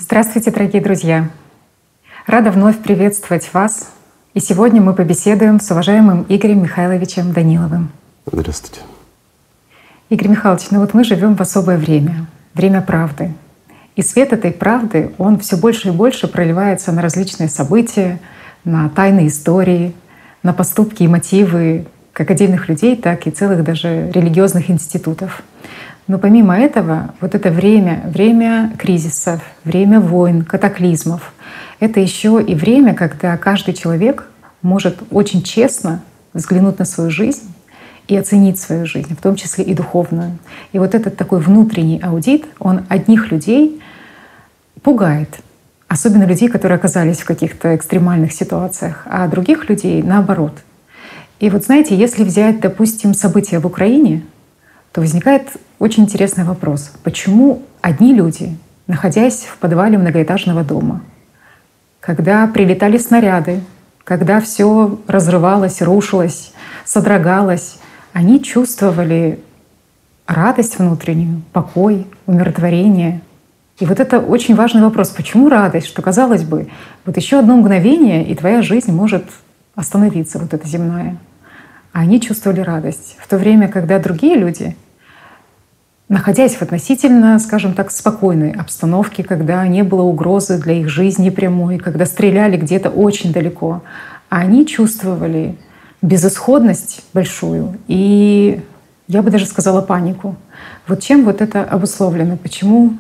Здравствуйте, дорогие друзья! Рада вновь приветствовать вас. И сегодня мы побеседуем с уважаемым Игорем Михайловичем Даниловым. Здравствуйте. Игорь Михайлович, мы живем в особое время, время правды. И свет этой правды, он все больше и больше проливается на различные события, на тайные истории, на поступки и мотивы как отдельных людей, так и целых даже религиозных институтов. Но помимо этого, вот это время кризисов, время войн, катаклизмов, это еще и время, когда каждый человек может очень честно взглянуть на свою жизнь и оценить свою жизнь, в том числе и духовную. И вот этот такой внутренний аудит, он одних людей пугает, особенно людей, которые оказались в каких-то экстремальных ситуациях, а других людей наоборот. И вот знаете, если взять, допустим, события в Украине, то возникает очень интересный вопрос. Почему одни люди, находясь в подвале многоэтажного дома, когда прилетали снаряды, когда все разрывалось, рушилось, содрогалось, они чувствовали радость внутреннюю, покой, умиротворение. И вот это очень важный вопрос. Почему радость? Что, казалось бы, вот еще одно мгновение, и твоя жизнь может остановиться, вот эта земная. А они чувствовали радость. В то время, когда другие люди, находясь в относительно, скажем так, спокойной обстановке, когда не было угрозы для их жизни прямой, когда стреляли где-то очень далеко, они чувствовали безысходность большую и, я бы даже сказала, панику. Вот чем вот это обусловлено? Почему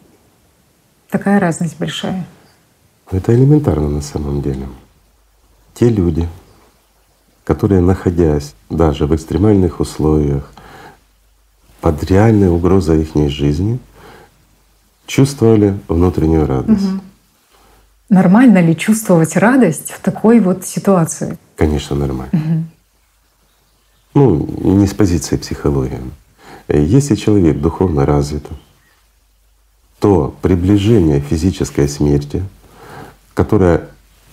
такая разность большая? Это элементарно на самом деле. Те люди, которые, находясь даже в экстремальных условиях, под реальной угрозой их жизни, чувствовали внутреннюю радость. Угу. Нормально ли чувствовать радость в такой вот ситуации? Конечно, нормально. Угу. Не с позиции психологии. Если человек духовно развит, то приближение физической смерти, которая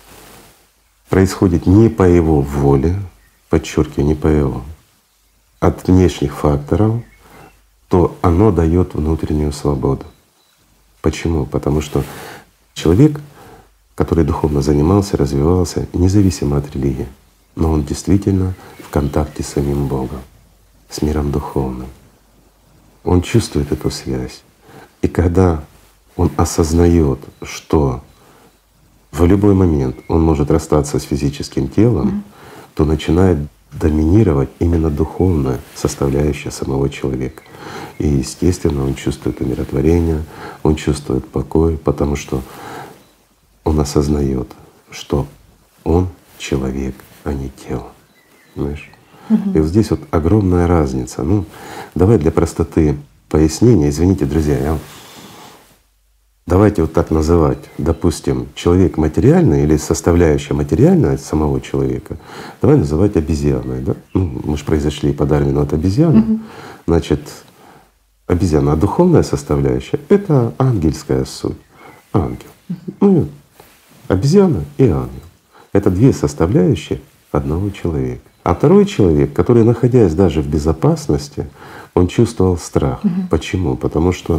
происходит не по его воле, подчеркиваю, не по его, от внешних факторов, то оно дает внутреннюю свободу. Почему? Потому что человек, который духовно занимался, развивался, независимо от религии, но он действительно в контакте с самим Богом, с миром духовным. Он чувствует эту связь. И когда он осознает, что в любой момент он может расстаться с физическим телом, то начинает доминировать именно духовная составляющая самого человека. И естественно он чувствует умиротворение, он чувствует покой, потому что он осознает, что он человек, а не тело. Понимаешь? И вот здесь вот огромная разница. Давай для простоты пояснения, извините, друзья, давайте вот так называть, допустим, человек материальный или составляющая материальная самого человека, давай называть обезьяной. Да? Мы же произошли по Дарвину от обезьяны. Значит, обезьяна, а духовная составляющая — это ангельская суть, ангел. Обезьяна и ангел — это две составляющие одного человека. А второй человек, который, находясь даже в безопасности, он чувствовал страх. Почему? Потому что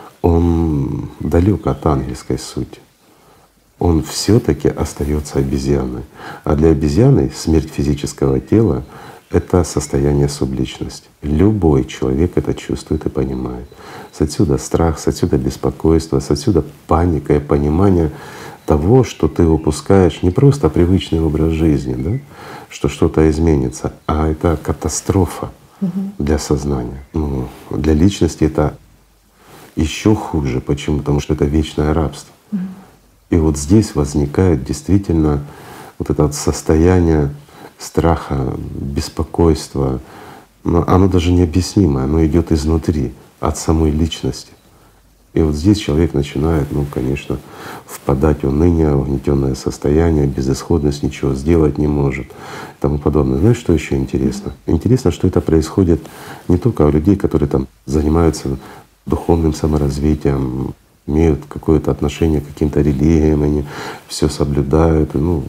он далек от ангельской сути. Он все-таки остается обезьяной. А для обезьяны смерть физического тела — это состояние субличности. Любой человек это чувствует и понимает. Отсюда страх, отсюда беспокойство, отсюда паника и понимание того, что ты упускаешь не просто привычный образ жизни, да, что что-то изменится, а это катастрофа для сознания. Для личности это еще хуже. Почему? Потому что это вечное рабство. И вот здесь возникает действительно вот это вот состояние страха, беспокойства. Но оно даже необъяснимое, оно идет изнутри, от самой личности. И вот здесь человек начинает, конечно, впадать в уныние, в угнетенное состояние, безысходность, ничего сделать не может и тому подобное. Знаешь, что еще интересно? Интересно, что это происходит не только у людей, которые там занимаются духовным саморазвитием, имеют какое-то отношение к каким-то религиям, они все соблюдают. Но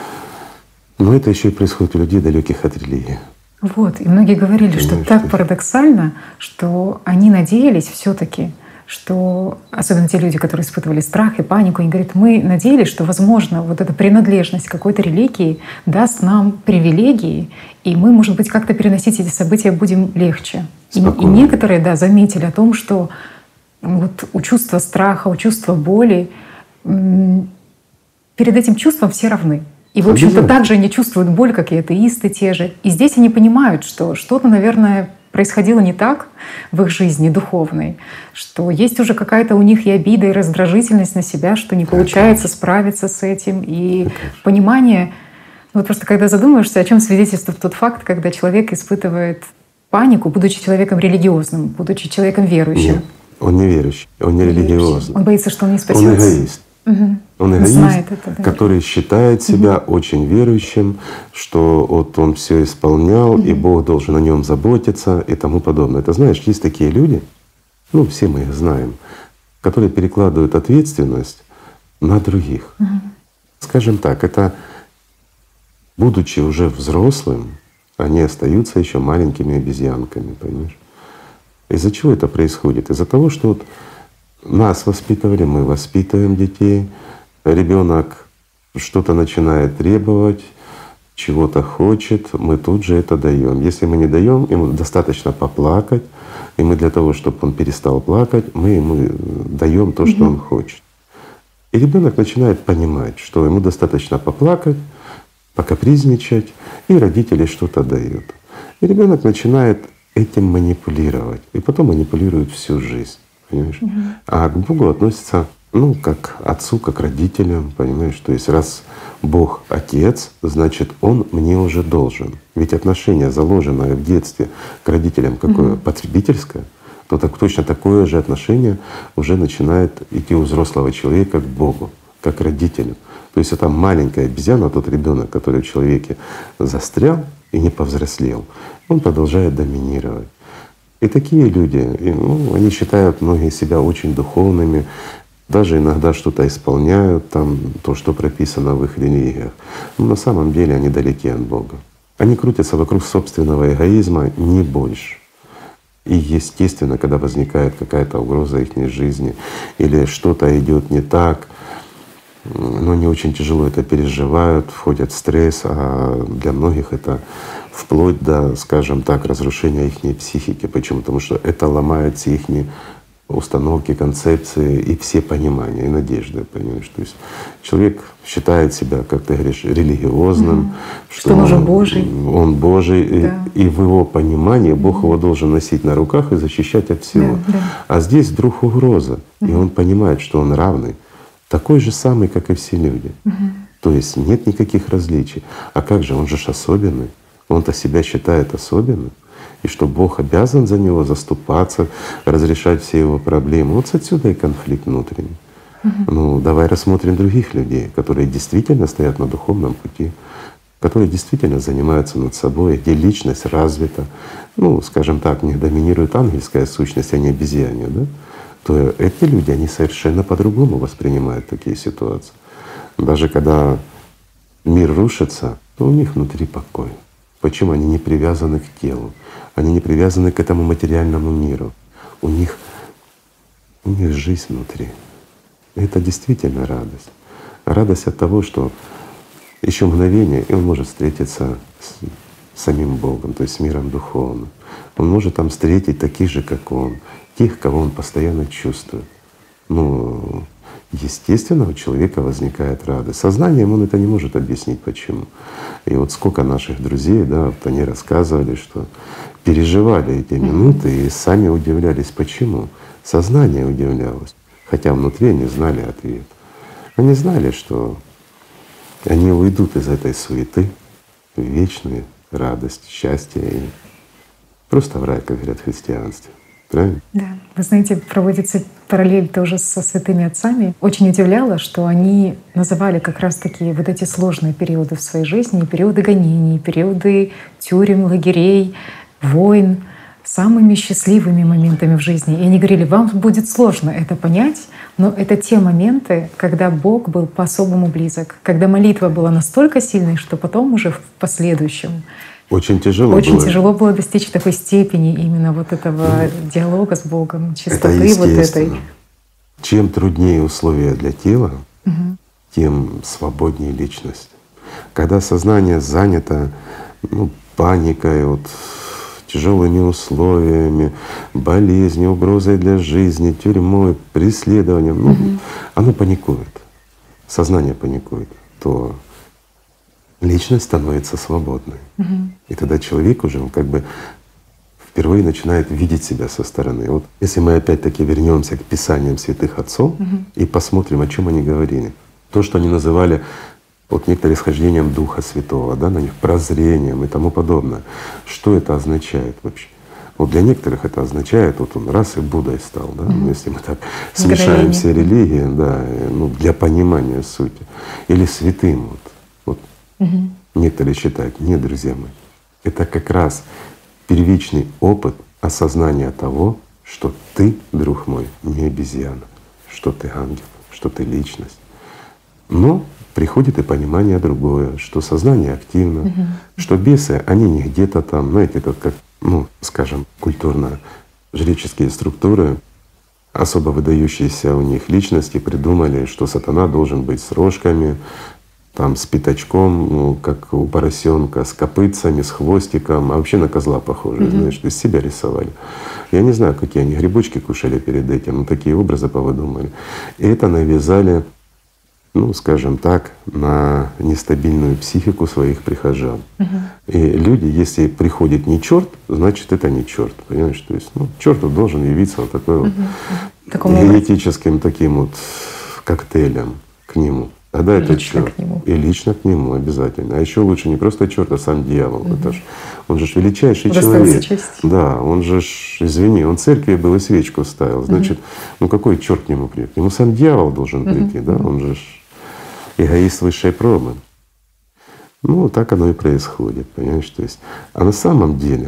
это еще и происходит у людей, далеких от религии. Вот, и многие говорили, что так парадоксально, что они надеялись все-таки что особенно те люди, которые испытывали страх и панику, они говорят, мы надеялись, что, возможно, вот эта принадлежность к какой-то религии даст нам привилегии, и мы, может быть, как-то переносить эти события будем легче. И некоторые, да, заметили о том, что вот у чувства страха, у чувства боли, перед этим чувством все равны. И, в общем-то, также они чувствуют боль, как и атеисты те же. И здесь они понимают, что что-то, наверное, происходило не так в их жизни духовной, что есть уже какая-то у них и обида, и раздражительность на себя, что не получается справиться с этим. И понимание, вот просто когда задумаешься, о чем свидетельствует тот факт, когда человек испытывает панику, будучи человеком религиозным, будучи человеком верующим. Нет, он не верующий, он не религиозный. Он боится, что он не спасется. Он эгоист. Угу. Он эгоист, который считает себя очень верующим, что вот он все исполнял, и Бог должен о нем заботиться и тому подобное. Это знаешь, есть такие люди, ну все мы их знаем, которые перекладывают ответственность на других. Скажем так, это будучи уже взрослым, они остаются еще маленькими обезьянками, понимаешь? Из-за чего это происходит? Из-за того, что вот нас воспитывали, мы воспитываем детей, ребенок что-то начинает требовать, чего-то хочет, мы тут же это даем. Если мы не даем, ему достаточно поплакать, и мы для того, чтобы он перестал плакать, мы ему даем то, что он хочет. И ребенок начинает понимать, что ему достаточно поплакать, покапризничать, и родители что-то дают. И ребенок начинает этим манипулировать, и потом манипулирует всю жизнь. Понимаешь? А к Богу относится, ну, как к отцу, как к родителям, понимаешь? То есть раз Бог Отец, значит, Он мне уже должен. Ведь отношение, заложенное в детстве к родителям, какое потребительское, то так, точно такое же отношение уже начинает идти у взрослого человека к Богу, как к родителям. То есть это маленькая обезьяна, тот ребенок, который в человеке застрял и не повзрослел, он продолжает доминировать. И такие люди, ну, они считают многие себя очень духовными, даже иногда что-то исполняют, там, то, что прописано в их религиях. Но на самом деле они далеки от Бога. Они крутятся вокруг собственного эгоизма, не больше. И естественно, когда возникает какая-то угроза их жизни или что-то идет не так, но они очень тяжело это переживают, входят в стресс, а для многих это вплоть до, скажем так, разрушения их психики. Почему? Потому что это ломает все их установки, концепции и все понимания, и надежды, понимаешь? То есть человек считает себя, как ты говоришь, религиозным, что он уже Божий. Он Божий, да. И в его понимании Бог его должен носить на руках и защищать от всего. Да, да. А здесь вдруг угроза, и он понимает, что он равный, такой же самый, как и все люди. То есть нет никаких различий. А как же, он же ж особенный. Он-то себя считает особенным, и что Бог обязан за него заступаться, разрешать все его проблемы. Вот отсюда и конфликт внутренний. Ну, давай рассмотрим других людей, которые действительно стоят на духовном пути, которые действительно занимаются над собой, где личность развита, ну, скажем так, не доминирует ангельская сущность, а не обезьянья, да? То эти люди, они совершенно по-другому воспринимают такие ситуации. Даже когда мир рушится, то у них внутри покой. Почему? Они не привязаны к телу, они не привязаны к этому материальному миру. У них жизнь внутри. И это действительно радость. Радость от того, что еще мгновение, и он может встретиться с самим Богом, то есть с миром духовным. Он может там встретить таких же, как он, тех, кого он постоянно чувствует. Ну, естественно, у человека возникает радость. Сознанием он это не может объяснить, почему. И вот сколько наших друзей, да, вот они рассказывали, что переживали эти минуты и сами удивлялись, почему. Сознание удивлялось, хотя внутри они знали ответ. Они знали, что они уйдут из этой суеты в вечную радость, счастье и просто в рай, как говорят в христианстве. Правильно? Да. Вы знаете, проводится параллель тоже со святыми отцами. Очень удивляло, что они называли как раз-таки вот эти сложные периоды в своей жизни, периоды гонений, периоды тюрем, лагерей, войн, самыми счастливыми моментами в жизни. И они говорили, вам будет сложно это понять, но это те моменты, когда Бог был по-особому близок, когда молитва была настолько сильной, что потом уже в последующем Очень тяжело Очень было. тяжело было достичь такой степени именно вот этого диалога с Богом, Это чистоты вот этой. естественно. Чем труднее условия для тела, Мгм. тем свободнее личность. Когда сознание занято паникой, вот, тяжелыми условиями, болезнью, угрозой для жизни, тюрьмой, преследованием, оно паникует, сознание паникует, то личность становится свободной. И тогда человек уже он как бы впервые начинает видеть себя со стороны. Вот если мы опять-таки вернемся к писаниям святых отцов и посмотрим, о чем они говорили. То, что они называли вот некоторые исхождением Духа Святого, да, на них прозрением и тому подобное. Что это означает вообще? Вот для некоторых это означает, вот он раз и Буддой стал, да, если мы так смешаем все религии, да, для понимания сути. Или святым. Вот некоторые считают, нет, друзья мои, это как раз первичный опыт осознания того, что ты, друг мой, не обезьяна, что ты ангел, что ты личность. Но приходит и понимание другое, что сознание активно, что бесы, они не где-то там, знаете, это как, скажем, культурно-жреческие структуры, особо выдающиеся у них личности придумали, что сатана должен быть с рожками, там с пятачком, как у поросенка, с копытцами, с хвостиком, а вообще на козла похоже, знаешь, из себя рисовали. Я не знаю, какие они грибочки кушали перед этим, но такие образы повыдумали. И это навязали, скажем так, на нестабильную психику своих прихожан. И люди, если приходит не черт, значит это не черт, понимаешь? То есть, черту должен явиться вот такой вот генетическим таким вот коктейлем к нему. Тогда это черт. И лично к нему обязательно. А еще лучше не просто черт, а сам дьявол. Это ж, он же величайший человек. Да, он же, извини, он в церкви был и свечку ставил. Значит, какой черт к нему придет? Ему сам дьявол должен прийти, да? Он же эгоист высшей пробы. Так оно и происходит, понимаешь? То есть, а на самом деле,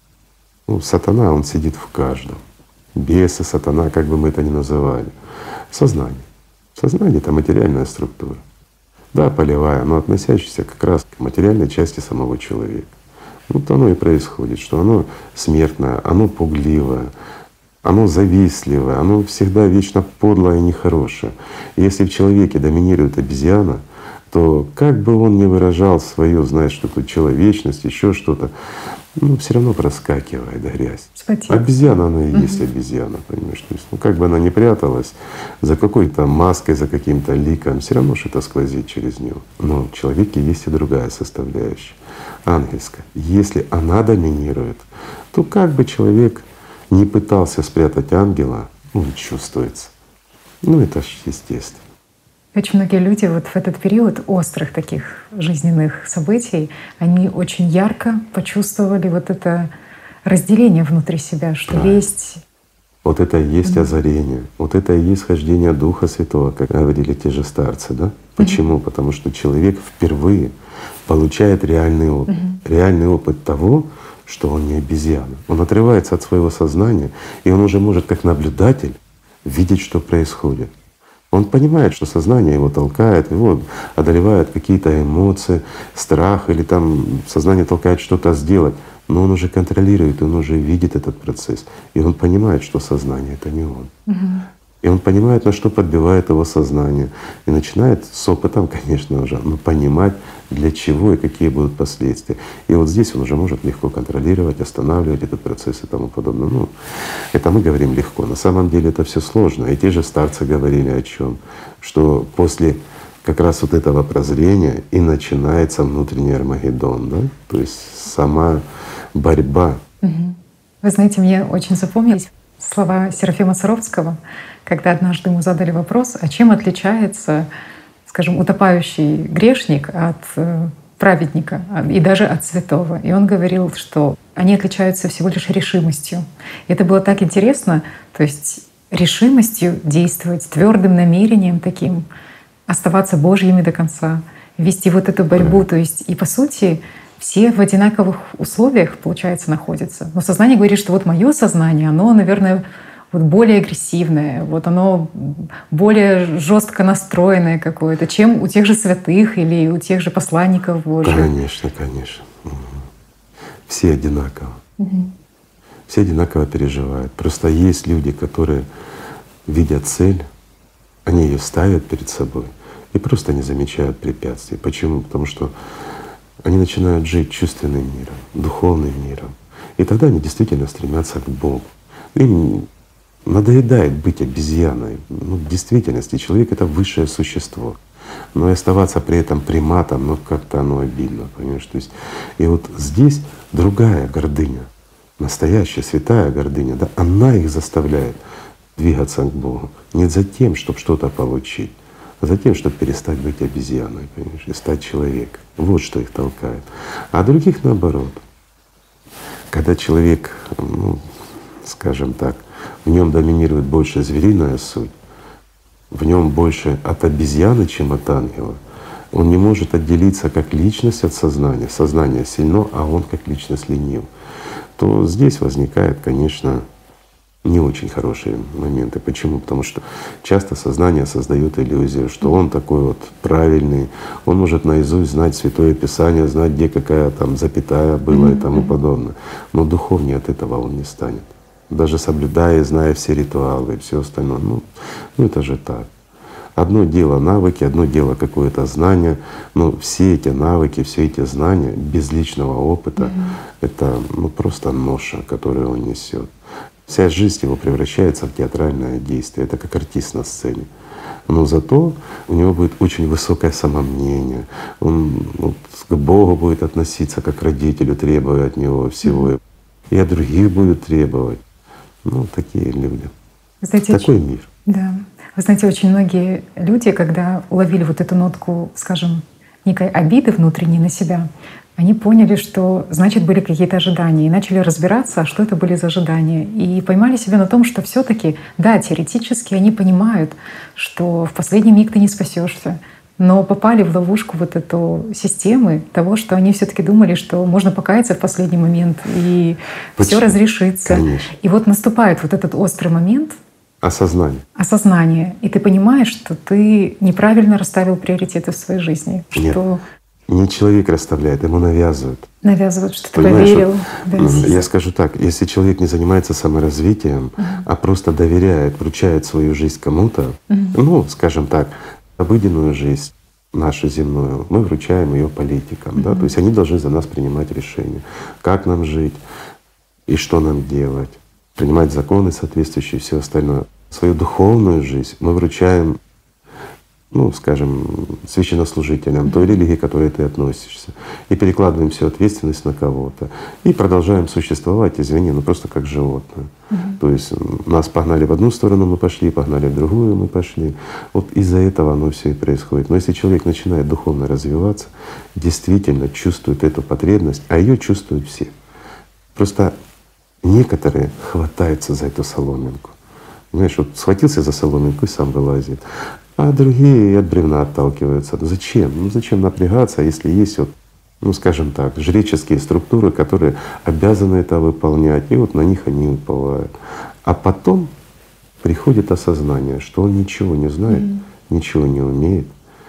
сатана, он сидит в каждом. Бесы, сатана, как бы мы это ни называли. Сознание. Сознание — это материальная структура. Да, полевая, но относящаяся как раз к материальной части самого человека. Вот оно и происходит, что оно смертное, оно пугливое, оно завистливое, оно всегда вечно подлое и нехорошее. И если в человеке доминирует обезьяна, то как бы он ни выражал свою, знаешь, что-то человечность, еще что-то, все равно проскакивает грязь. Обезьяна, она и есть обезьяна, понимаешь? То есть, как бы она ни пряталась за какой-то маской, за каким-то ликом, все равно что-то сквозит через нее. Но в человеке есть и другая составляющая, ангельская. Если она доминирует, то как бы человек не пытался спрятать ангела, он чувствуется. Это ж естественно. Очень многие люди вот в этот период острых таких жизненных событий, они очень ярко почувствовали вот это разделение внутри себя, что есть… Вот это и есть озарение, вот это и есть хождение Духа Святого, как говорили те же старцы, да? Почему? Потому что человек впервые получает реальный опыт. Реальный опыт того, что он не обезьяна. Он отрывается от своего сознания, и он уже может как наблюдатель видеть, что происходит. Он понимает, что сознание его толкает, его одолевают какие-то эмоции, страх или там сознание толкает что-то сделать, но он уже контролирует, он уже видит этот процесс, и он понимает, что сознание — это не он. И он понимает, на что подбивает его сознание, и начинает с опытом, конечно уже, понимать, для чего и какие будут последствия. И вот здесь он уже может легко контролировать, останавливать этот процесс и тому подобное. Это мы говорим легко. На самом деле это все сложно. И те же старцы говорили о чем, что после как раз вот этого прозрения и начинается внутренний Армагеддон, да? То есть сама борьба. Вы знаете, мне очень запомнились слова Серафима Саровского, когда однажды ему задали вопрос, а чем отличается, скажем, утопающий грешник от праведника и даже от святого. И он говорил, что они отличаются всего лишь решимостью. И это было так интересно, то есть решимостью действовать, твердым намерением таким, оставаться Божьими до конца, вести вот эту борьбу. То есть и по сути все в одинаковых условиях, получается, находятся. Но сознание говорит, что вот мое сознание, оно, наверное, вот более агрессивное, вот оно более жестко настроенное какое-то, чем у тех же святых или у тех же посланников Божьих. Конечно, конечно. все одинаково. Все одинаково переживают. Просто есть люди, которые видят цель, они ее ставят перед собой и просто не замечают препятствий. Почему? Потому что они начинают жить чувственным миром, духовным миром. И тогда они действительно стремятся к Богу. Им надоедает быть обезьяной. Ну, в действительности человек — это высшее существо. Но и оставаться при этом приматом, ну как-то оно обидно, понимаешь? То есть, и вот здесь другая гордыня, настоящая святая гордыня, да, она их заставляет двигаться к Богу. Не за тем, чтобы что-то получить, а за тем, чтобы перестать быть обезьяной, понимаешь, и стать человеком. Вот что их толкает. А других наоборот. Когда человек, ну, скажем так, в нем доминирует больше звериная суть, в нем больше от обезьяны, чем от ангела, он не может отделиться как личность от сознания. Сознание сильно, а он как личность ленив. То здесь возникает, конечно, не очень хорошие моменты. Почему? Потому что часто сознание создает иллюзию, что он такой вот правильный, он может наизусть знать Святое Писание, знать, где какая там запятая была и тому подобное. Но духовнее от этого он не станет. Даже соблюдая и зная все ритуалы и все остальное. Ну это же так. Одно дело навыки, одно дело какое-то знание, но все эти навыки, все эти знания без личного опыта — это ну, просто ноша, которую он несет. Вся жизнь его превращается в театральное действие, это как артист на сцене. Но зато у него будет очень высокое самомнение, он вот, к Богу будет относиться как к родителю, требуя от него всего, и от других будет требовать. Ну, такие люди. Знаете, такой мир. Да. Вы знаете, очень многие люди, когда уловили вот эту нотку, скажем, некой обиды внутренней на себя, они поняли, что значит были какие-то ожидания, и начали разбираться, а что это были за ожидания. И поймали себя на том, что все-таки, да, теоретически они понимают, что в последний миг ты не спасешься, но попали в ловушку вот эту системы того, что они все-таки думали, что можно покаяться в последний момент и все разрешится. Конечно. И вот наступает вот этот острый момент осознание, и ты понимаешь, что ты неправильно расставил приоритеты в своей жизни, Нет. что Не человек расставляет, ему навязывают. Навязывают, что ты Понимаешь, поверил. вот, я скажу так, если человек не занимается саморазвитием, а просто доверяет, вручает свою жизнь кому-то, ну, скажем так, обыденную жизнь нашу земную, мы вручаем ее политикам, да, то есть они должны за нас принимать решения, как нам жить и что нам делать, принимать законы соответствующие и все остальное. Свою духовную жизнь мы вручаем, ну, скажем, священнослужителям той религии, к которой ты относишься, и перекладываем всю ответственность на кого-то, и продолжаем существовать, извини, ну просто как животное. То есть нас погнали в одну сторону, мы пошли, погнали в другую, мы пошли. Вот из-за этого оно все и происходит. Но если человек начинает духовно развиваться, действительно чувствует эту потребность, а ее чувствуют все. Просто некоторые хватаются за эту соломинку. Знаешь, вот схватился за соломинку и сам вылазит. А другие от бревна отталкиваются. Зачем? Ну зачем напрягаться, если есть вот, ну скажем так, жреческие структуры, которые обязаны это выполнять, и вот на них они уповают. А потом приходит осознание, что он ничего не знает, ничего не умеет,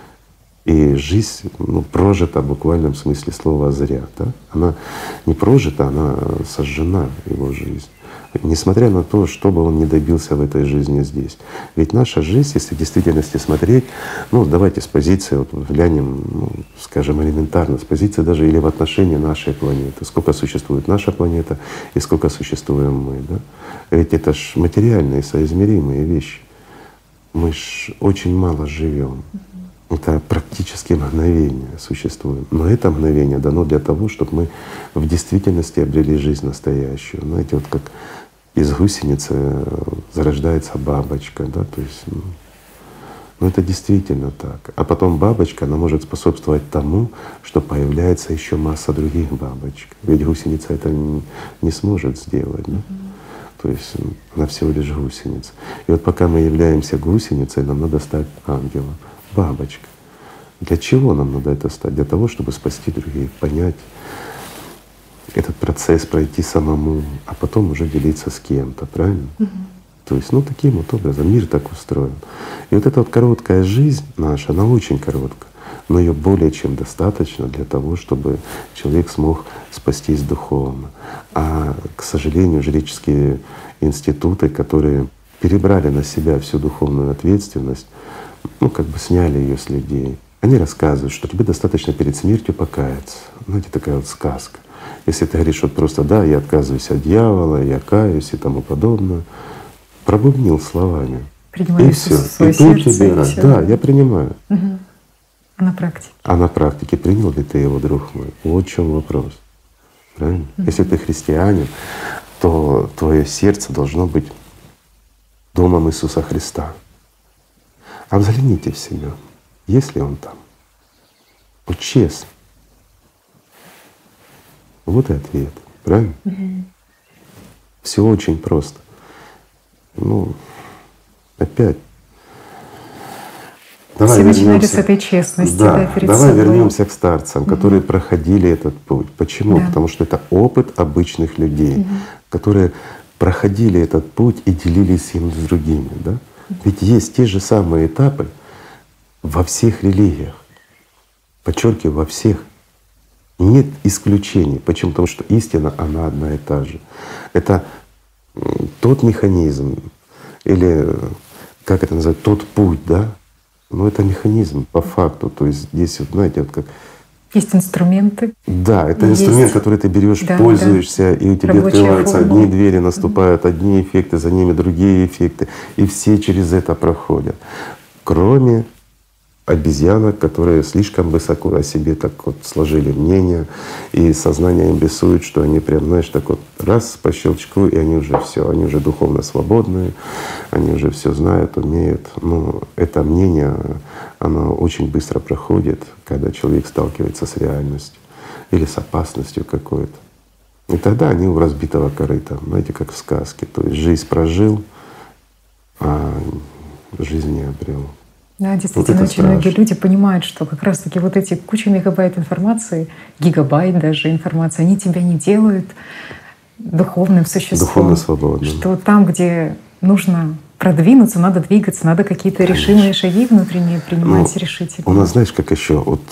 и жизнь ну, прожита в буквальном смысле слова зря. Да? Она не прожита, она сожжена, его жизнь. Несмотря на то, что бы он ни добился в этой жизни здесь. Ведь наша жизнь, если в действительности смотреть, ну давайте с позиции, вот взглянем, ну, скажем, элементарно, с позиции даже или в отношении нашей планеты, сколько существует наша планета и сколько существуем мы. Да? Ведь это ж материальные, соизмеримые вещи. Мы ж очень мало живем. Это практически мгновение существует. Но это мгновение дано для того, чтобы мы в действительности обрели жизнь настоящую. Знаете, вот как из гусеницы зарождается бабочка, да, то есть ну это действительно так. А потом бабочка, она может способствовать тому, что появляется еще масса других бабочек. Ведь гусеница это не сможет сделать. Да? То есть она всего лишь гусеница. И вот пока мы являемся гусеницей, нам надо стать ангелом. Бабочка. Для чего нам надо это стать? Для того, чтобы спасти других, понять этот процесс, пройти самому, а потом уже делиться с кем-то, правильно? То есть, ну таким вот образом мир так устроен. И вот эта вот короткая жизнь наша, она очень короткая. но ее более чем достаточно для того, чтобы человек смог спастись духовно. А, к сожалению, жреческие институты, которые перебрали на себя всю духовную ответственность, ну как бы сняли ее с людей. Они рассказывают, что тебе достаточно перед смертью покаяться. Знаете, такая вот сказка. Если ты говоришь вот просто «да, я отказываюсь от дьявола, я каюсь» и тому подобное, пробубнил словами. Принимаю и все. в свое И тут сердце, тебе и раз. всё. Да, я принимаю. Мгм. А на практике? А на практике принял ли ты его, друг мой? Вот в чем вопрос. Правильно? Если ты христианин, то твое сердце должно быть домом Иисуса Христа. А взгляните в себя, есть ли он там? Вот честно. Вот и ответ, правильно? Все очень просто. Ну, опять. Все начинали с этой честности, да, перед давай собой. вернемся к старцам, которые проходили этот путь. Почему? Да. Потому что это опыт обычных людей, которые проходили этот путь и делились им с другими. Да? Ведь есть те же самые этапы во всех религиях. Подчеркиваю, во всех. Нет исключений. Почему? Потому что истина, она одна и та же. Это тот механизм или как это называют, тот путь, да? Но это механизм по факту. То есть здесь вот, знаете, вот как… Есть инструменты. Да, это Есть. инструмент, который ты берешь, Да, пользуешься, и у тебя Рабочая открываются формула. одни двери, наступают одни эффекты, за ними другие эффекты. И все через это проходят. Кроме обезьянок, которые слишком высоко о себе так вот сложили мнение, и сознание им рисует, что они прям, знаешь, так вот раз по щелчку, и они уже все, они уже духовно свободные, они уже все знают, умеют. Но это мнение, оно очень быстро проходит, когда человек сталкивается с реальностью или с опасностью какой-то. И тогда они у разбитого корыта, знаете, как в сказке. То есть жизнь прожил, а жизнь не обрел. Да, действительно, это очень многие страшно. люди понимают, что как раз-таки вот эти куча мегабайт информации, гигабайт даже информации, они тебя не делают духовным существом. Духовно свободным. Что там, где нужно продвинуться, надо двигаться, надо какие-то решимые шаги внутренние принимать решительно. У нас, знаешь, как еще вот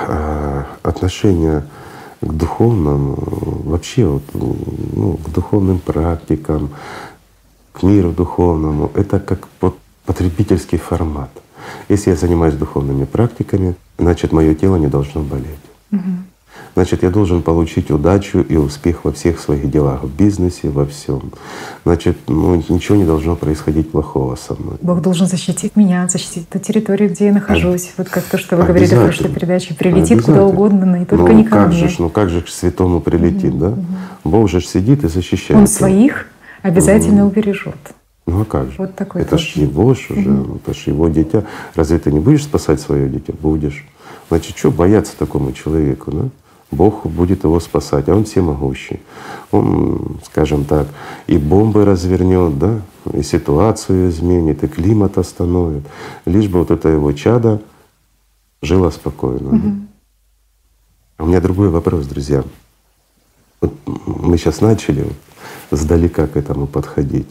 отношение к духовному, вообще вот, ну, к духовным практикам, к миру духовному, это как вот потребительский формат. Если я занимаюсь духовными практиками, значит, мое тело не должно болеть. Значит, я должен получить удачу и успех во всех своих делах, в бизнесе, во всем. Значит, ну, ничего не должно происходить плохого со мной. Бог должен защитить меня, защитить ту территорию, где я нахожусь. Вот как то, что вы говорили в прошлой передаче, прилетит куда угодно, но и только не ко мне. Ну как же к святому прилетит, да? Бог же сидит и защищает. Он своих обязательно убережет. Ну а как же? Вот такой это ж его ж уже, это ж его дитя. Разве ты не будешь спасать свое дитя? Будешь. Значит, что бояться такому человеку, да? Бог будет его спасать, а он всемогущий. Он, скажем так, и бомбы развернет, да, и ситуацию изменит, и климат остановит, лишь бы вот это его чадо жило спокойно. Да? А у меня другой вопрос, друзья. Вот мы сейчас начали вот сдалека к этому подходить.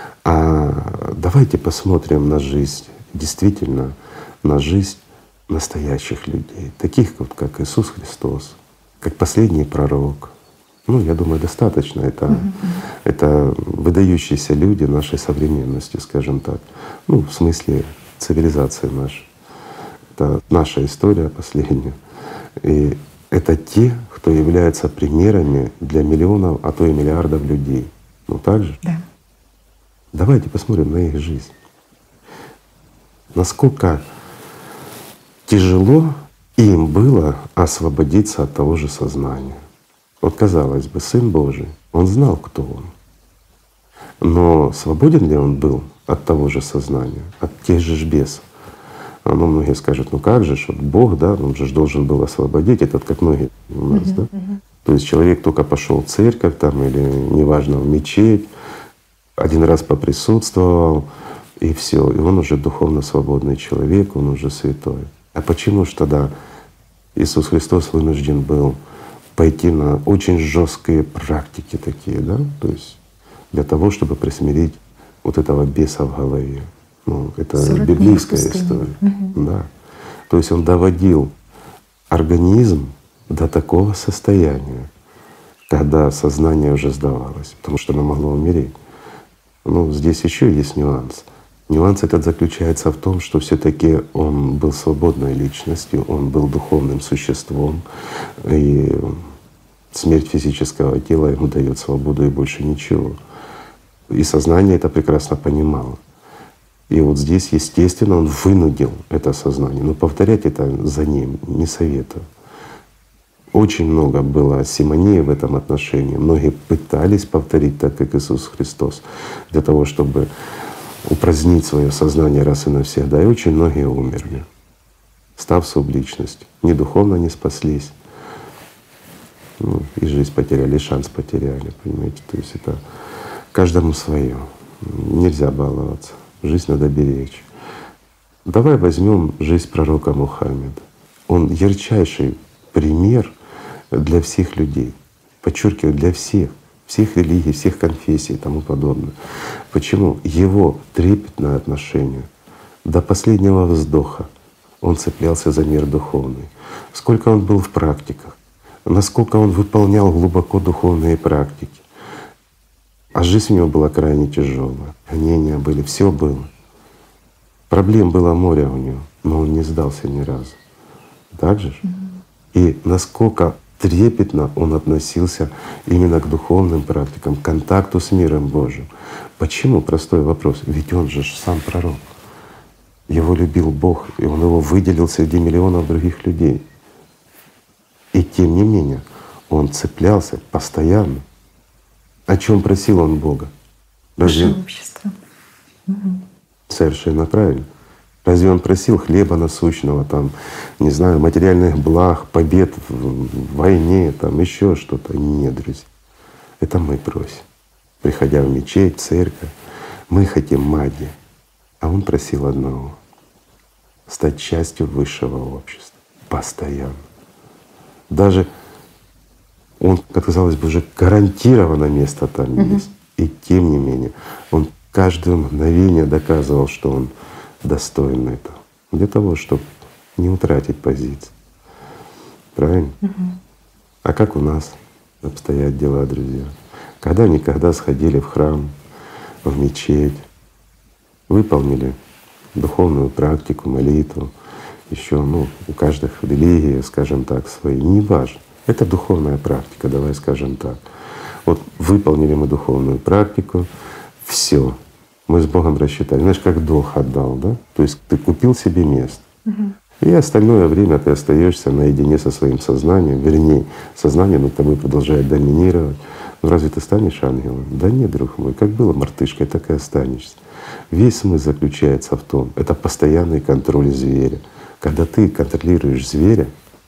А давайте посмотрим на жизнь, действительно на жизнь настоящих людей, таких вот как Иисус Христос, как последний пророк. Ну, я думаю, достаточно. Это выдающиеся люди нашей современности, скажем так. Ну, в смысле цивилизации нашей. Это наша история последняя. И это те, кто являются примерами для миллионов, а то и миллиардов людей. Ну так же? Да. Давайте посмотрим на их жизнь. Насколько тяжело им было освободиться от того же сознания. Вот казалось бы, Сын Божий, Он знал, кто Он. Но свободен ли Он был от того же сознания, от тех же бесов? Ну, многие скажут, ну как же, вот Бог, да, Он же должен был освободить, этот как многие у нас, да? То есть человек только пошел в церковь там или неважно в мечеть, один раз поприсутствовал, и все, и он уже духовно свободный человек, он уже святой. А почему ж тогда Иисус Христос вынужден был пойти на очень жесткие практики такие, да? То есть для того, чтобы присмирить вот этого беса в голове. Ну, это 40 дней библейская в пустыне. история. Да. То есть он доводил организм до такого состояния, когда сознание уже сдавалось, потому что оно могло умереть. Ну, здесь еще есть нюанс. Нюанс этот заключается в том, что все-таки он был свободной личностью, он был духовным существом, и смерть физического тела ему дает свободу и больше ничего. И сознание это прекрасно понимало. И вот здесь, естественно, он вынудил это сознание. Но повторять это за ним не советую. Очень много было симонии в этом отношении. Многие пытались повторить так, как Иисус Христос, для того, чтобы упразднить свое сознание раз и навсегда. И очень многие умерли, став субличностью. Ни духовно не спаслись, ну, и жизнь потеряли, и шанс потеряли, понимаете. То есть это каждому свое. Нельзя баловаться. Жизнь надо беречь. Давай возьмем жизнь пророка Мухаммеда. Он ярчайший пример для всех людей. Подчеркиваю, для всех религий, всех конфессий и тому подобное. Почему? Его трепетное отношение до последнего вздоха. Он цеплялся за мир духовный. Сколько он был в практиках, насколько он выполнял глубоко духовные практики. А жизнь у него была крайне тяжелая. Гонения были, все было. Проблем было море у него, но он не сдался ни разу. Так же? И насколько трепетно он относился именно к духовным практикам, к контакту с миром Божьим. Почему? Простой вопрос. Ведь он же сам пророк. Его любил Бог, и он его выделил среди миллионов других людей. И тем не менее он цеплялся постоянно. О чем просил он Бога? Разве общество? Совершенно правильно. Разве он просил хлеба насущного, там, не знаю, материальных благ, побед в войне, там еще что-то? Нет, друзья. Это мы просим. Приходя в мечеть, в церковь, мы хотим магии. А он просил одного — стать частью высшего общества. Постоянно. Даже он, как казалось бы, уже гарантированно место там есть. И тем не менее, он каждое мгновение доказывал, что он достоин этого, для того, чтобы не утратить позиции. Правильно? А как у нас обстоят дела, друзья? Когда-никогда сходили в храм, в мечеть, выполнили духовную практику, молитву, еще, ну, у каждой религии, скажем так, свои, неважно. Это духовная практика, давай скажем так. Вот выполнили мы духовную практику, все, мы с Богом рассчитали. Знаешь, как долг отдал, да? То есть ты купил себе место. И остальное время ты остаешься наедине со своим сознанием, вернее, сознание над тобой продолжает доминировать. Ну разве ты станешь ангелом? Да нет, друг мой, как было мартышкой, так и останешься. Весь смысл заключается в том, это постоянный контроль зверя. Когда ты контролируешь зверя,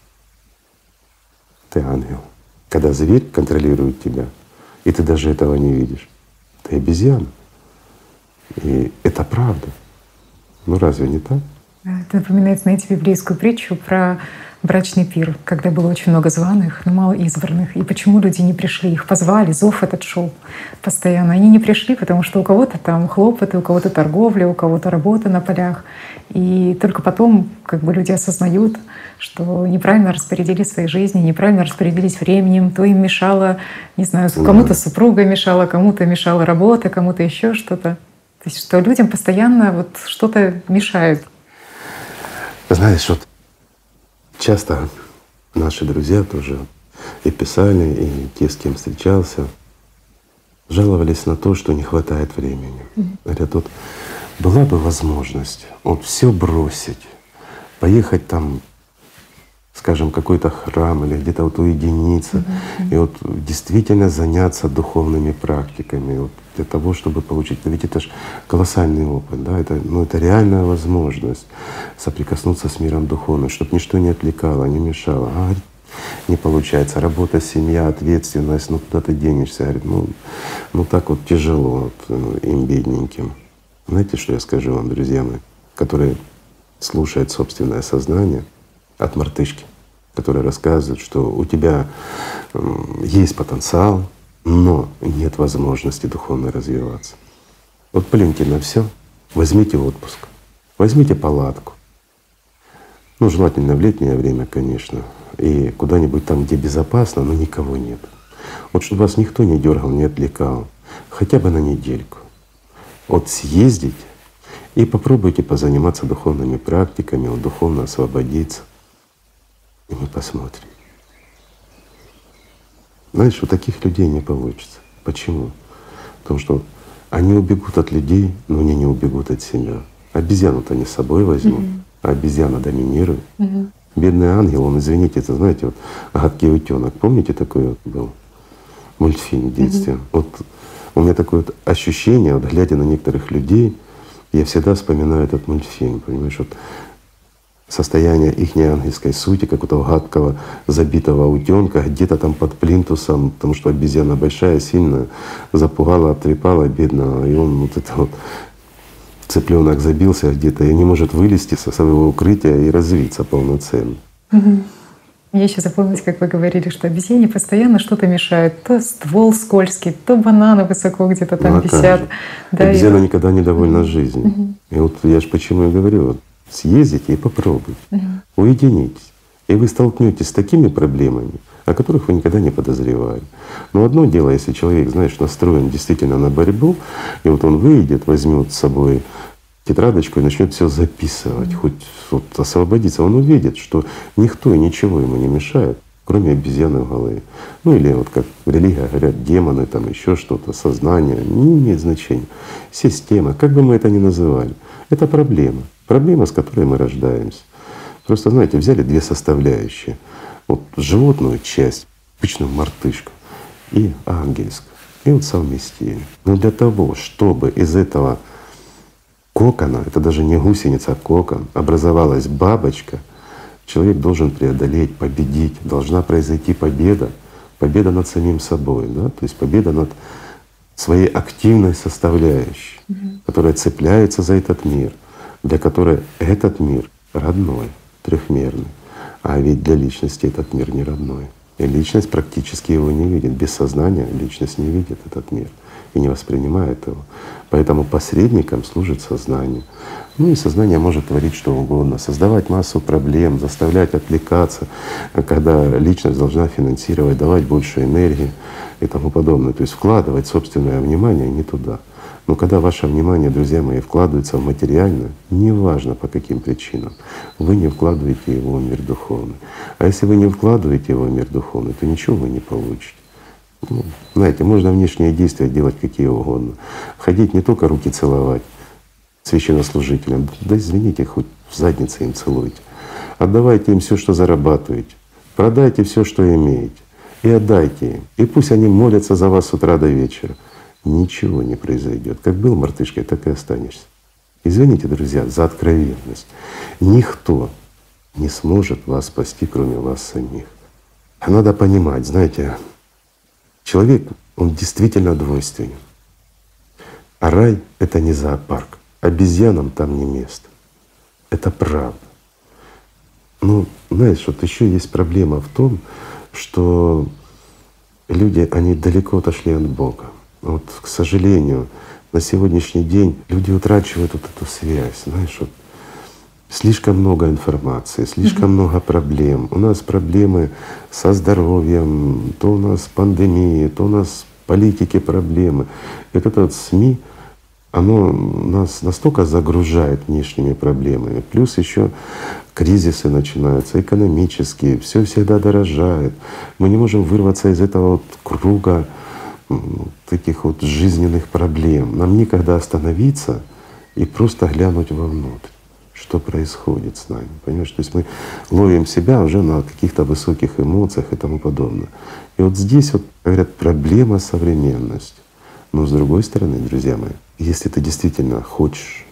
ты ангел. Когда зверь контролирует тебя, и ты даже этого не видишь, ты обезьяна. И это правда. Ну разве не так? Это напоминает, знаете, библейскую притчу про брачный пир, когда было очень много званых, но мало избранных. И почему люди не пришли? Их позвали, зов этот шел постоянно. Они не пришли, потому что у кого-то там хлопоты, у кого-то торговля, у кого-то работа на полях. И только потом как бы люди осознают, что неправильно распорядились своей жизнью, неправильно распорядились временем, то им мешало, не знаю, кому-то супруга мешала, кому-то мешала работа, кому-то еще что-то. То есть что людям постоянно вот что-то мешает. Знаешь, вот часто наши друзья тоже и писали, и те, с кем встречался, жаловались на то, что не хватает времени. Говорят, вот была бы возможность вот все бросить, поехать там, скажем, какой-то храм или где-то вот уединиться и вот действительно заняться духовными практиками вот для того, чтобы получить. Но ведь это же колоссальный опыт, да? Это, ну, это реальная возможность соприкоснуться с миром духовным, чтобы ничто не отвлекало, не мешало. А говорит, не получается, работа, семья, ответственность, ну куда ты денешься? Говорит, ну так вот тяжело вот, им бедненьким. Знаете, что я скажу вам, друзья мои, которые слушают собственное сознание от мартышки, которая рассказывает, что у тебя есть потенциал, но нет возможности духовно развиваться. Вот плюньте на все, возьмите отпуск, возьмите палатку. Ну, желательно в летнее время, конечно, и куда-нибудь там, где безопасно, но никого нет. Вот чтобы вас никто не дергал, не отвлекал, хотя бы на недельку. Вот съездить и попробуйте позаниматься духовными практиками, вот духовно освободиться. И мы посмотрим. Знаешь, у таких людей не получится. Почему? Потому что они убегут от людей, но они не убегут от себя. Обезьяну-то они с собой возьмут, а обезьяна доминирует. Бедный ангел, он, извините, это знаете, вот «Гадкий утенок». Помните, такой вот был мультфильм в детстве? Вот у меня такое вот ощущение, вот глядя на некоторых людей, я всегда вспоминаю этот мультфильм, понимаешь, вот состояние ихней ангельской сути, как у того гадкого забитого утенка где-то там под плинтусом, потому что обезьяна большая, сильная, запугала, обтрепала бедного, и он вот это вот цыпленок забился где-то и не может вылезти со своего укрытия и развиться полноценно. Мне еще запомнилось, как вы говорили, что обезьяне постоянно что-то мешает. То ствол скользкий, то бананы высоко где-то там висят. Да, обезьяна никогда не довольна жизнью. И вот я же почему и говорю, вот, съездите и попробуйте, уединитесь. И вы столкнетесь с такими проблемами, о которых вы никогда не подозревали. Но одно дело, если человек, знаешь, настроен действительно на борьбу, и вот он выйдет, возьмет с собой тетрадочку и начнет все записывать, хоть вот освободиться, он увидит, что никто и ничего ему не мешает, кроме обезьяны в голове. Ну или вот как в религии говорят, демоны, там еще что-то, сознание, не имеет значения. Система, как бы мы это ни называли, это проблема. Проблема, с которой мы рождаемся. Просто, знаете, взяли две составляющие. Вот животную часть, обычную мартышку, и ангельскую, и вот совместили. Но для того, чтобы из этого кокона, это даже не гусеница, а кокон, образовалась бабочка, человек должен преодолеть, победить, должна произойти победа, победа над самим собой, да? То есть победа над своей активной составляющей, которая цепляется за этот мир, для которой этот мир родной, трехмерный. А ведь для личности этот мир не родной. И личность практически его не видит. Без сознания личность не видит этот мир и не воспринимает его. Поэтому посредником служит сознание. Ну и сознание может творить что угодно, создавать массу проблем, заставлять отвлекаться, когда личность должна финансировать, давать больше энергии и тому подобное. То есть вкладывать собственное внимание не туда. Но когда ваше внимание, друзья мои, вкладывается в материальное, неважно по каким причинам, вы не вкладываете его в мир духовный. А если вы не вкладываете его в мир духовный, то ничего вы не получите. Ну, знаете, можно внешние действия делать какие угодно. Ходить не только руки целовать священнослужителям, да извините, хоть в заднице им целуйте. Отдавайте им все, что зарабатываете, продайте все, что имеете, и отдайте им. И пусть они молятся за вас с утра до вечера. Ничего не произойдет. Как был мартышкой, так и останешься. Извините, друзья, за откровенность. Никто не сможет вас спасти, кроме вас самих. А надо понимать, знаете, человек, он действительно двойственен. А рай — это не зоопарк. Обезьянам там не место. Это правда. Ну, знаешь, вот еще есть проблема в том, что люди, они далеко отошли от Бога. Вот, к сожалению, на сегодняшний день люди утрачивают вот эту связь, знаешь, вот слишком много информации, слишком много проблем. У нас проблемы со здоровьем, то у нас пандемия, то у нас политики проблемы. И вот это вот СМИ, оно нас настолько загружает внешними проблемами. Плюс еще кризисы начинаются, экономические, все всегда дорожает. Мы не можем вырваться из этого вот круга таких вот жизненных проблем. Нам некогда остановиться и просто глянуть вовнутрь, что происходит с нами. Понимаешь? То есть мы ловим себя уже на каких-то высоких эмоциях и тому подобное. И вот здесь вот, говорят, проблема современности. Но с другой стороны, друзья мои, если ты действительно хочешь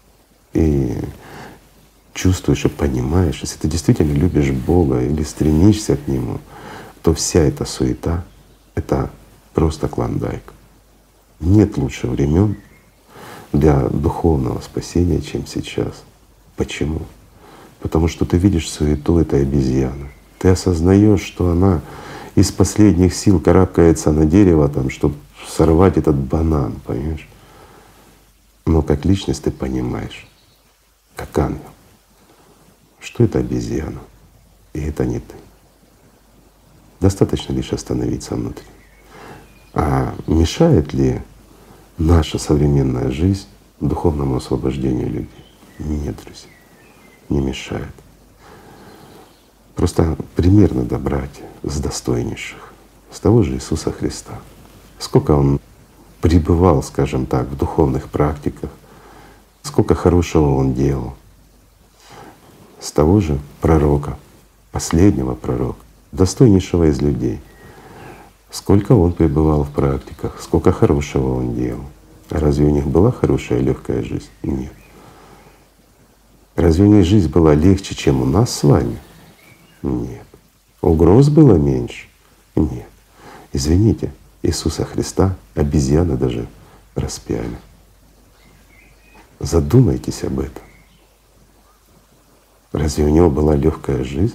и чувствуешь и понимаешь, если ты действительно любишь Бога или стремишься к Нему, то вся эта суета — это просто клондайк. Нет лучше времен для духовного спасения, чем сейчас. Почему? Потому что ты видишь суету этой обезьяны. Ты осознаешь, что она из последних сил карабкается на дерево, там, чтобы сорвать этот банан, понимаешь? Но как личность ты понимаешь, как ангел, что это обезьяна, и это не ты. Достаточно лишь остановиться внутри. А мешает ли наша современная жизнь духовному освобождению людей? Нет, друзья, не мешает. Просто пример надо брать с достойнейших, с того же Иисуса Христа. Сколько Он пребывал, скажем так, в духовных практиках, сколько хорошего Он делал. С того же пророка, последнего пророка, достойнейшего из людей. Сколько он пребывал в практиках, сколько хорошего он делал. А разве у них была хорошая легкая жизнь? Нет. Разве у них жизнь была легче, чем у нас с вами? Нет. Угроз было меньше? Нет. Извините, Иисуса Христа обезьяны даже распяли. Задумайтесь об этом. Разве у него была легкая жизнь?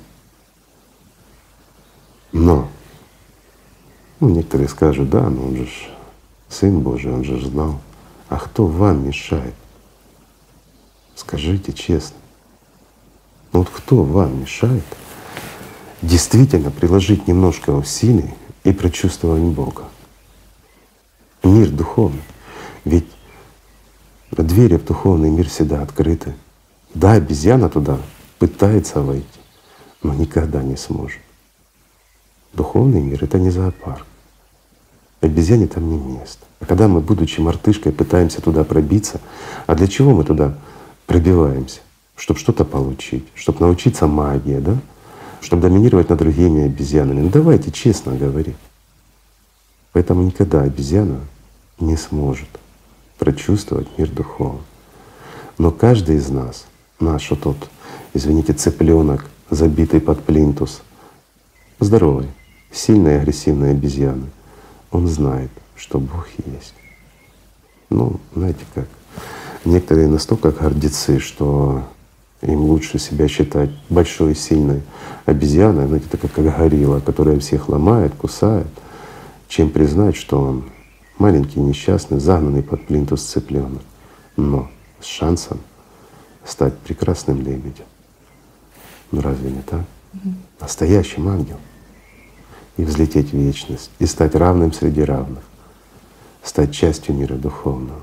Но некоторые скажут: да, но он же Сын Божий, он же знал. А кто вам мешает? Скажите честно. Вот кто вам мешает действительно приложить немножко усилий и прочувствовать Бога? Мир духовный. Ведь двери в духовный мир всегда открыты. Да, обезьяна туда пытается войти, но никогда не сможет. Духовный мир — это не зоопарк. Обезьяне там не место. А когда мы, будучи мартышкой, пытаемся туда пробиться, а для чего мы туда пробиваемся? Чтобы что-то получить, чтобы научиться магии, да? Чтобы доминировать над другими обезьянами. Ну давайте честно говорить. Поэтому никогда обезьяна не сможет прочувствовать мир духовный. Но каждый из нас, наш вот тот, извините, цыпленок, забитый под плинтус, здоровый, сильной агрессивной обезьяны, он знает, что Бог есть. Ну, знаете как, некоторые настолько гордецы, что им лучше себя считать большой и сильной обезьяной, знаете, такая как горилла, которая всех ломает, кусает, чем признать, что он маленький, несчастный, загнанный под плинтус цыпленок, но с шансом стать прекрасным лебедем. Ну разве не так? Настоящим ангелом. И взлететь в вечность, и стать равным среди равных, стать частью мира духовного.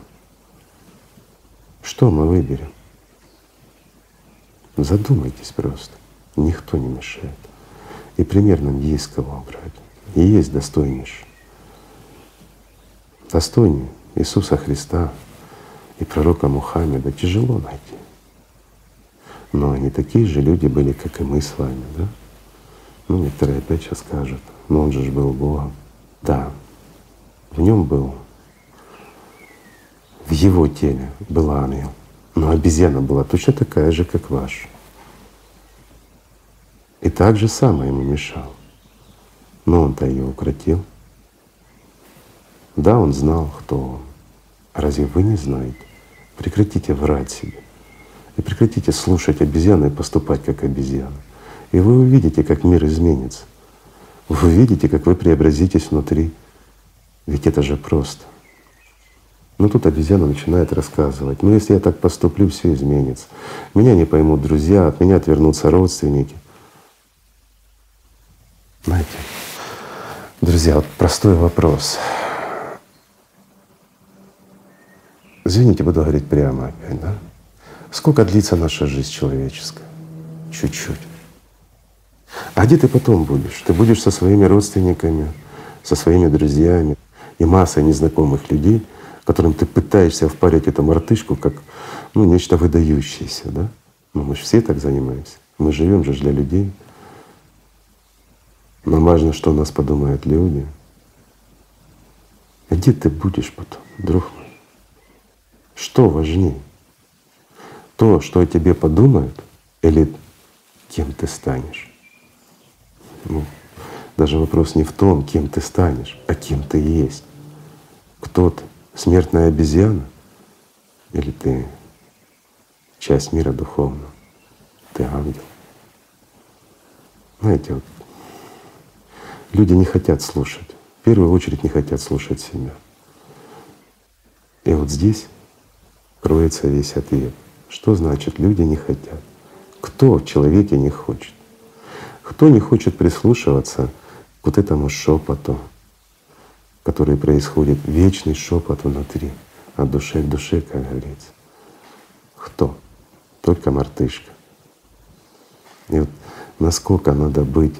Что мы выберем? Задумайтесь просто. Никто не мешает. И пример нам есть кого брать. И есть достойнейший. Достойнее Иисуса Христа и пророка Мухаммеда тяжело найти. Но они такие же люди были, как и мы с вами, да? Ну, некоторые опять сейчас скажут: но он же был Богом. Да, в нем был, в его теле был ангел, но обезьяна была точно такая же, как ваша. И так же самое ему мешал. Но он-то ее укротил. Да, он знал, кто он. А разве вы не знаете? Прекратите врать себе. И прекратите слушать обезьяну и поступать как обезьяна. И вы увидите, как мир изменится. Вы увидите, как вы преобразитесь внутри. Ведь это же просто. Но тут обезьяна начинает рассказывать: ну если я так поступлю, все изменится. Меня не поймут друзья, от меня отвернутся родственники. Знаете, друзья, вот простой вопрос. Извините, буду говорить прямо опять, да? Сколько длится наша жизнь человеческая? Чуть-чуть. А где ты потом будешь? Ты будешь со своими родственниками, со своими друзьями и массой незнакомых людей, которым ты пытаешься впарить эту мартышку как нечто выдающееся, да? Ну мы же все так занимаемся. Мы живем же для людей. Нам важно, что о нас подумают люди. А где ты будешь потом, друг мой? Что важнее? То, что о тебе подумают, или кем ты станешь? Даже вопрос не в том, кем ты станешь, а кем ты есть. Кто ты? Смертная обезьяна? Или ты часть мира духовного? Ты ангел? Знаете, вот люди не хотят слушать. В первую очередь не хотят слушать себя. И вот здесь кроется весь ответ. Что значит люди не хотят? Кто в человеке не хочет? Кто не хочет прислушиваться к вот этому шепоту, который происходит, вечный шепот внутри, от души к душе, как говорится? Кто? Только мартышка. И вот насколько надо быть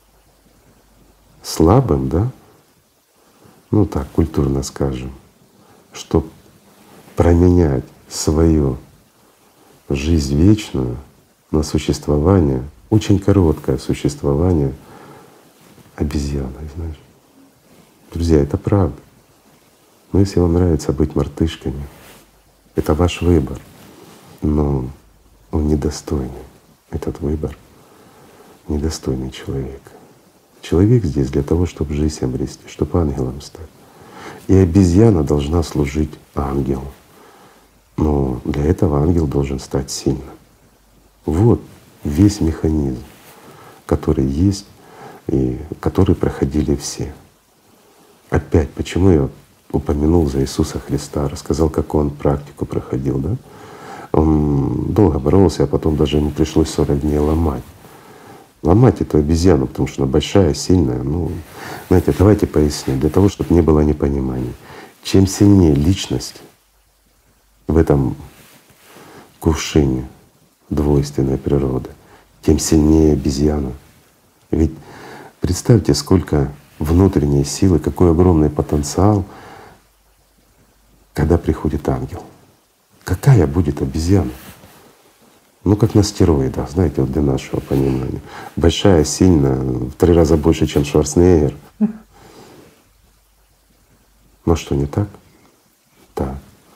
слабым, да, ну так культурно скажем, чтобы променять свою жизнь вечную на существование, очень короткое существование обезьяной, знаешь. Друзья, это правда. Но если вам нравится быть мартышками, это ваш выбор, но он недостойный. Этот выбор недостойный человека. Человек здесь для того, чтобы жизнь обрести, чтобы ангелом стать. И обезьяна должна служить ангелу. Но для этого ангел должен стать сильным. Вот весь механизм, который есть и который проходили все. Опять, почему я упомянул за Иисуса Христа, рассказал, как Он практику проходил, да? Он долго боролся, а потом даже ему пришлось 40 дней ломать. Ломать эту обезьяну, потому что она большая, сильная. Ну, знаете, давайте поясним, для того, чтобы не было непонимания. Чем сильнее личность в этом кувшине двойственной природы, тем сильнее обезьяна. Ведь представьте, сколько внутренней силы, какой огромный потенциал, когда приходит ангел. Какая будет обезьяна? Ну, как на стероидах, знаете, вот для нашего понимания. Большая, сильная, в 3 раза больше, чем Шварценеггер. Но что, не так? Так.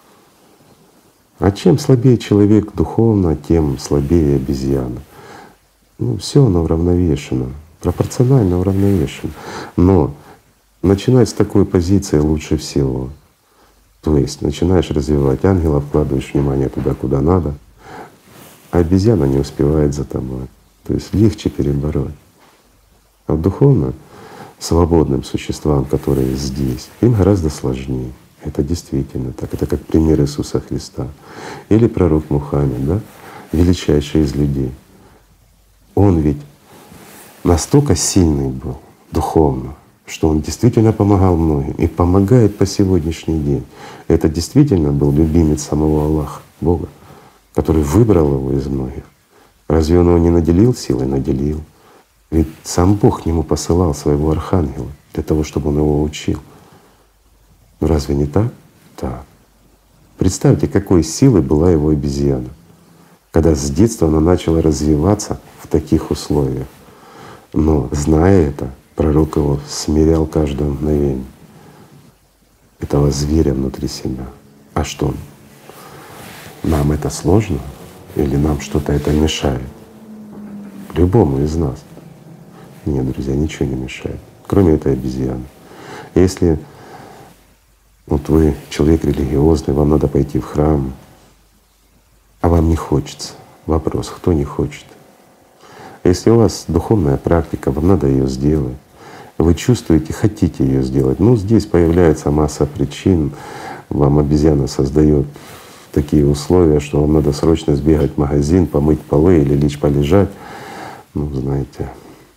А чем слабее человек духовно, тем слабее обезьяна. Ну, все оно уравновешено, пропорционально уравновешено. Но начинать с такой позиции лучше всего. То есть начинаешь развивать ангела, вкладываешь внимание туда, куда надо, а обезьяна не успевает за тобой. То есть легче перебороть. А духовно свободным существам, которые здесь, им гораздо сложнее. Это действительно так. Это как пример Иисуса Христа. Или пророк Мухаммед, да? Величайший из людей. Он ведь настолько сильный был духовно, что он действительно помогал многим и помогает по сегодняшний день. Это действительно был любимец самого Аллаха, Бога, который выбрал его из многих. Разве он его не наделил силой? Наделил. Ведь сам Бог к нему посылал своего архангела для того, чтобы он его учил. Ну разве не так? Так. Представьте, какой силой была его обезьяна, когда с детства она начала развиваться в таких условиях. Но зная это, пророк его смирял каждое мгновение этого зверя внутри себя. А что? Нам это сложно или нам что-то это мешает? Любому из нас. Нет, друзья, ничего не мешает, кроме этой обезьяны. Если вот вы человек религиозный, вам надо пойти в храм, а вам не хочется. Вопрос, кто не хочет? Если у вас духовная практика, вам надо ее сделать. Вы чувствуете, хотите ее сделать. Ну, здесь появляется масса причин. Вам обезьяна создает такие условия, что вам надо срочно сбегать в магазин, помыть полы или лечь полежать. Ну, знаете,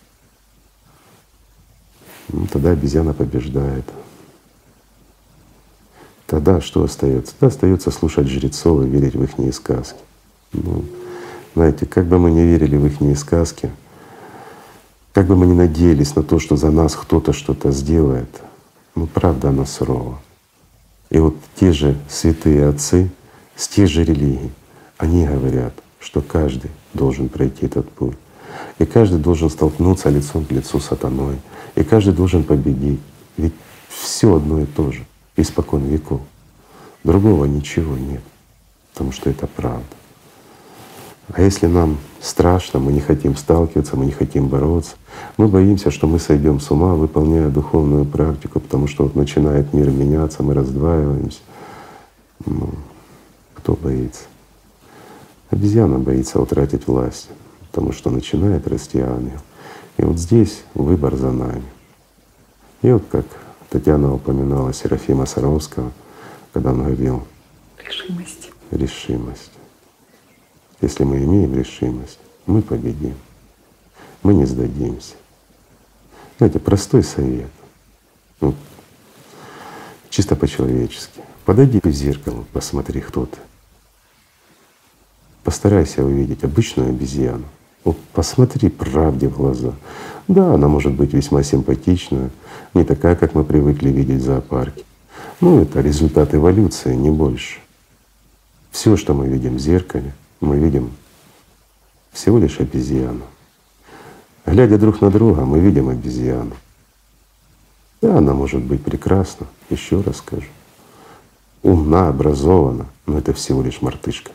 ну, тогда обезьяна побеждает. Тогда что остается? Тогда остается слушать жрецов и верить в ихние сказки. Ну, знаете, как бы мы ни верили в ихние сказки, как бы мы ни надеялись на то, что за нас кто-то что-то сделает, ну правда она сурова. И вот те же святые отцы с тех же религий, они говорят, что каждый должен пройти этот путь. И каждый должен столкнуться лицом к лицу с сатаной. И каждый должен победить. Ведь все одно и то же, испокон веков. Другого ничего нет, потому что это правда. А если нам страшно, мы не хотим сталкиваться, мы не хотим бороться, мы боимся, что мы сойдем с ума, выполняя духовную практику, потому что вот начинает мир меняться, мы раздваиваемся. Ну, кто боится? Обезьяна боится утратить власть, потому что начинает расти ангел. И вот здесь выбор за нами. И вот как Татьяна упоминала Серафима Саровского, когда он говорил решимость. Решимость. Если мы имеем решимость, мы победим, мы не сдадимся. Знаете, простой совет, ну, чисто по-человечески. Подойди к зеркалу, посмотри, кто ты. Постарайся увидеть обычную обезьяну. Вот посмотри правде в глаза. Да, она может быть весьма симпатичная, не такая, как мы привыкли видеть в зоопарке. Ну, это результат эволюции, не больше. Все, что мы видим в зеркале, мы видим всего лишь обезьяну. Глядя друг на друга, мы видим обезьяну. Да, она может быть прекрасна, еще раз скажу. Умна, образована, но это всего лишь мартышка.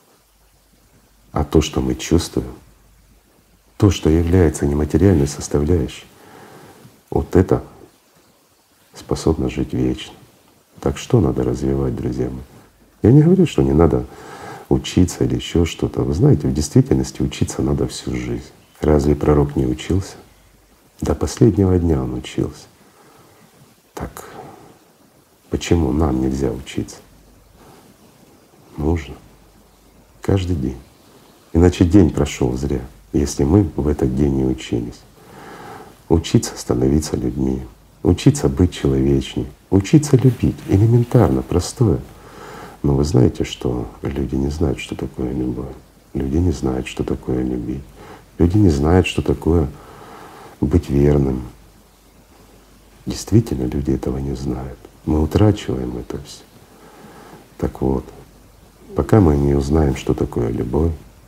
А то, что мы чувствуем, то, что является нематериальной составляющей, вот это способно жить вечно. Так что надо развивать, друзья мои? Я не говорю, что не надо учиться или еще что-то. Вы знаете, в действительности учиться надо всю жизнь. Разве пророк не учился? До последнего дня он учился. Так почему нам нельзя учиться? Нужно. Каждый день. Иначе день прошел зря, если мы в этот день не учились. Учиться становиться людьми, учиться быть человечней, учиться любить. Элементарно, простое. Но вы знаете, что люди не знают, что такое любовь. Люди не знают, что такое любить. Люди не знают, что такое быть верным. Действительно, люди этого не знают. Мы утрачиваем это все. Так вот, пока мы не узнаем, что такое любовь,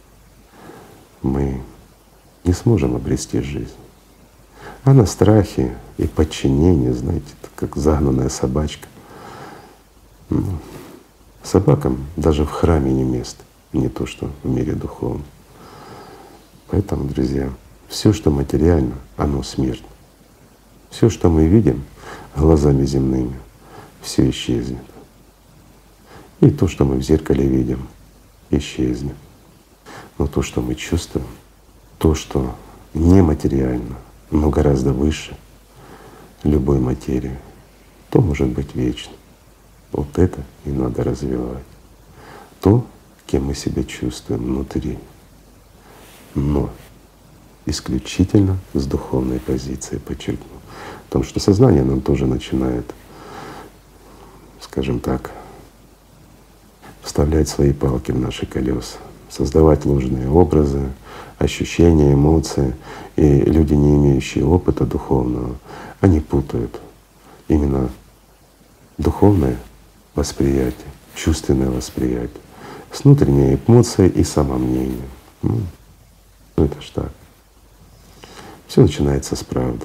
мы не сможем обрести жизнь. А на страхе и подчинении, знаете, как загнанная собачка. Собакам даже в храме не место, не то что в мире духовном. Поэтому, друзья, все, что материально, оно смертно. Все, что мы видим глазами земными, все исчезнет. И то, что мы в зеркале видим, исчезнет. Но то, что мы чувствуем, то, что нематериально, но гораздо выше любой материи, то может быть вечно. Вот это и надо развивать. То, кем мы себя чувствуем внутри. Но исключительно с духовной позиции, подчеркну. Потому что сознание нам тоже начинает, скажем так, вставлять свои палки в наши колеса, создавать ложные образы, ощущения, эмоции. И люди, не имеющие опыта духовного, они путают именно духовное восприятие, чувственное восприятие с внутренней эмоцией и самомнением. Ну это ж так. Все начинается с правды.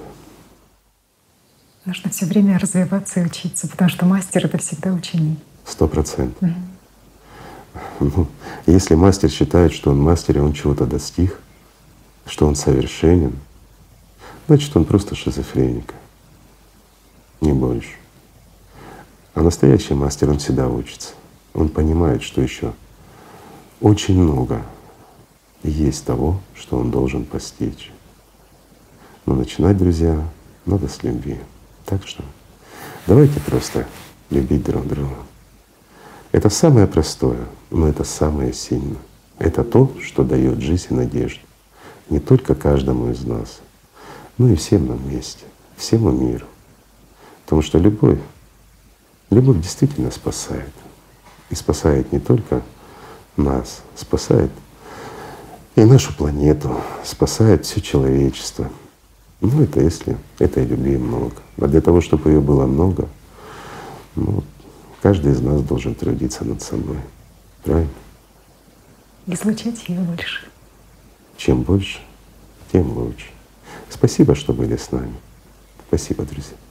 Нужно все время развиваться и учиться, потому что мастер — это всегда ученик. 100%. Ну, если мастер считает, что он мастер, и он чего-то достиг, что он совершенен, значит, он просто шизофреник, не больше. А настоящий мастер, он всегда учится. Он понимает, что еще очень много есть того, что он должен постичь. Но начинать, друзья, надо с любви. Так что давайте просто любить друг друга. Это самое простое, но это самое сильное. Это то, что дает жизнь и надежду не только каждому из нас, но и всем нам вместе, всему миру. Потому что любовь действительно спасает. И спасает не только нас, спасает и нашу планету, спасает все человечество. Ну это если этой любви много. А для того, чтобы ее было много, каждый из нас должен трудиться над собой. Правильно? Излучать ее больше. Чем больше, тем лучше. Спасибо, что были с нами. Спасибо, друзья.